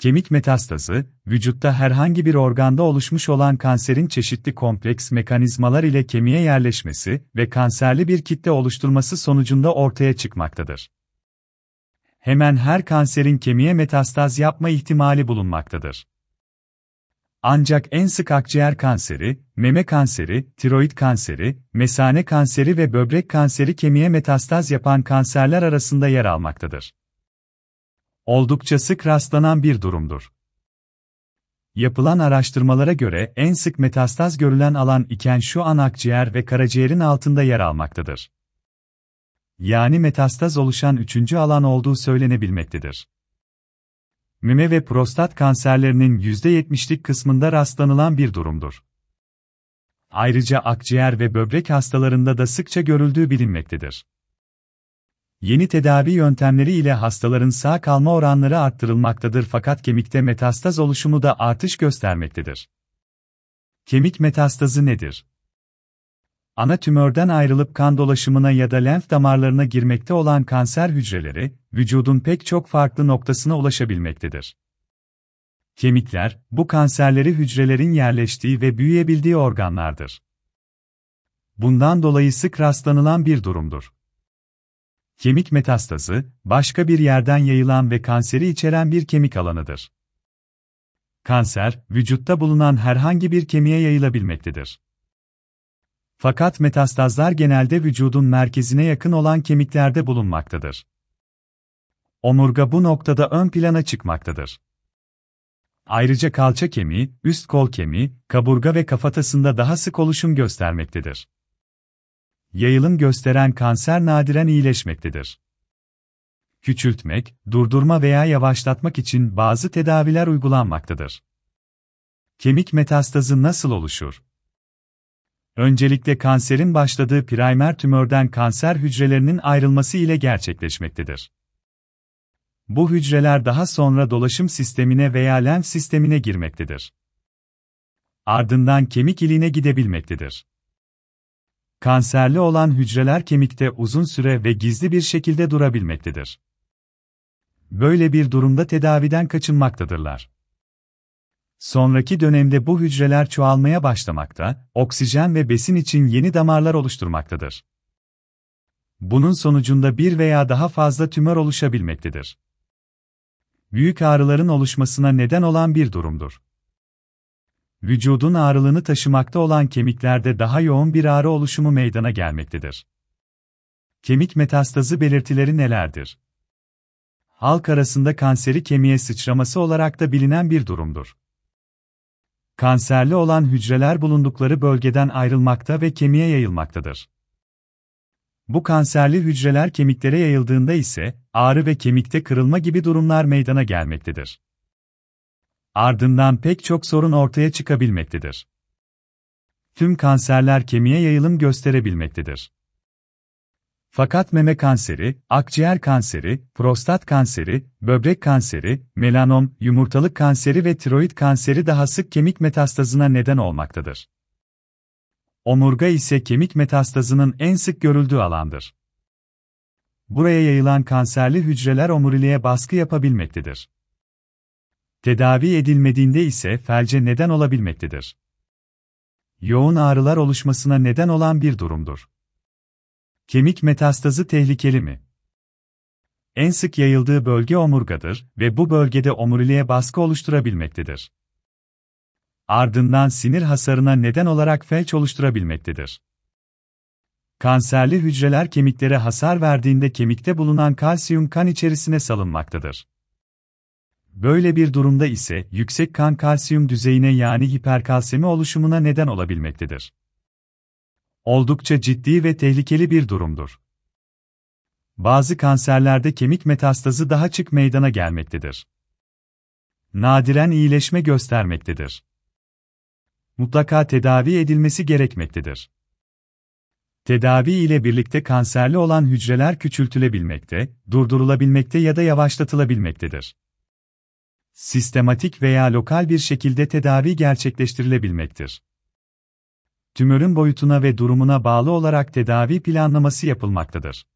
Kemik metastazı, vücutta herhangi bir organda oluşmuş olan kanserin çeşitli kompleks mekanizmalar ile kemiğe yerleşmesi ve kanserli bir kitle oluşturması sonucunda ortaya çıkmaktadır. Hemen her kanserin kemiğe metastaz yapma ihtimali bulunmaktadır. Ancak en sık akciğer kanseri, meme kanseri, tiroid kanseri, mesane kanseri ve böbrek kanseri kemiğe metastaz yapan kanserler arasında yer almaktadır. Oldukça sık rastlanan bir durumdur. Yapılan araştırmalara göre en sık metastaz görülen alan iken şu an akciğer ve karaciğerin altında yer almaktadır. Yani metastaz oluşan üçüncü alan olduğu söylenebilmektedir. Meme ve prostat kanserlerinin %70'lik kısmında rastlanılan bir durumdur. Ayrıca akciğer ve böbrek hastalarında da sıkça görüldüğü bilinmektedir. Yeni tedavi yöntemleri ile hastaların sağ kalma oranları arttırılmaktadır fakat kemikte metastaz oluşumu da artış göstermektedir. Kemik metastazı nedir? Ana tümörden ayrılıp kan dolaşımına ya da lenf damarlarına girmekte olan kanser hücreleri, vücudun pek çok farklı noktasına ulaşabilmektedir. Kemikler, bu kanserleri hücrelerin yerleştiği ve büyüyebildiği organlardır. Bundan dolayı sık rastlanılan bir durumdur. Kemik metastazı, başka bir yerden yayılan ve kanseri içeren bir kemik alanıdır. Kanser, vücutta bulunan herhangi bir kemiğe yayılabilmektedir. Fakat metastazlar genelde vücudun merkezine yakın olan kemiklerde bulunmaktadır. Omurga bu noktada ön plana çıkmaktadır. Ayrıca kalça kemiği, üst kol kemiği, kaburga ve kafatasında daha sık oluşum göstermektedir. Yayılım gösteren kanser nadiren iyileşmektedir. Küçültmek, durdurma veya yavaşlatmak için bazı tedaviler uygulanmaktadır. Kemik metastazı nasıl oluşur? Öncelikle kanserin başladığı primer tümörden kanser hücrelerinin ayrılması ile gerçekleşmektedir. Bu hücreler daha sonra dolaşım sistemine veya lenf sistemine girmektedir. Ardından kemik iliğine gidebilmektedir. Kanserli olan hücreler kemikte uzun süre ve gizli bir şekilde durabilmektedir. Böyle bir durumda tedaviden kaçınmaktadırlar. Sonraki dönemde bu hücreler çoğalmaya başlamakta, oksijen ve besin için yeni damarlar oluşturmaktadır. Bunun sonucunda bir veya daha fazla tümör oluşabilmektedir. Büyük ağrıların oluşmasına neden olan bir durumdur. Vücudun ağırlığını taşımakta olan kemiklerde daha yoğun bir ağrı oluşumu meydana gelmektedir. Kemik metastazı belirtileri nelerdir? Halk arasında kanseri kemiğe sıçraması olarak da bilinen bir durumdur. Kanserli olan hücreler bulundukları bölgeden ayrılmakta ve kemiğe yayılmaktadır. Bu kanserli hücreler kemiklere yayıldığında ise ağrı ve kemikte kırılma gibi durumlar meydana gelmektedir. Ardından pek çok sorun ortaya çıkabilmektedir. Tüm kanserler kemiğe yayılım gösterebilmektedir. Fakat meme kanseri, akciğer kanseri, prostat kanseri, böbrek kanseri, melanom, yumurtalık kanseri ve tiroid kanseri daha sık kemik metastazına neden olmaktadır. Omurga ise kemik metastazının en sık görüldüğü alandır. Buraya yayılan kanserli hücreler omuriliğe baskı yapabilmektedir. Tedavi edilmediğinde ise felce neden olabilmektedir. Yoğun ağrılar oluşmasına neden olan bir durumdur. Kemik metastazı tehlikeli mi? En sık yayıldığı bölge omurgadır ve bu bölgede omuriliğe baskı oluşturabilmektedir. Ardından sinir hasarına neden olarak felç oluşturabilmektedir. Kanserli hücreler kemiklere hasar verdiğinde kemikte bulunan kalsiyum kan içerisine salınmaktadır. Böyle bir durumda ise yüksek kan kalsiyum düzeyine yani hiperkalsemi oluşumuna neden olabilmektedir. Oldukça ciddi ve tehlikeli bir durumdur. Bazı kanserlerde kemik metastazı daha sık meydana gelmektedir. Nadiren iyileşme göstermektedir. Mutlaka tedavi edilmesi gerekmektedir. Tedavi ile birlikte kanserli olan hücreler küçültülebilmekte, durdurulabilmekte ya da yavaşlatılabilmektedir. Sistematik veya lokal bir şekilde tedavi gerçekleştirilebilmektir. Tümörün boyutuna ve durumuna bağlı olarak tedavi planlaması yapılmaktadır.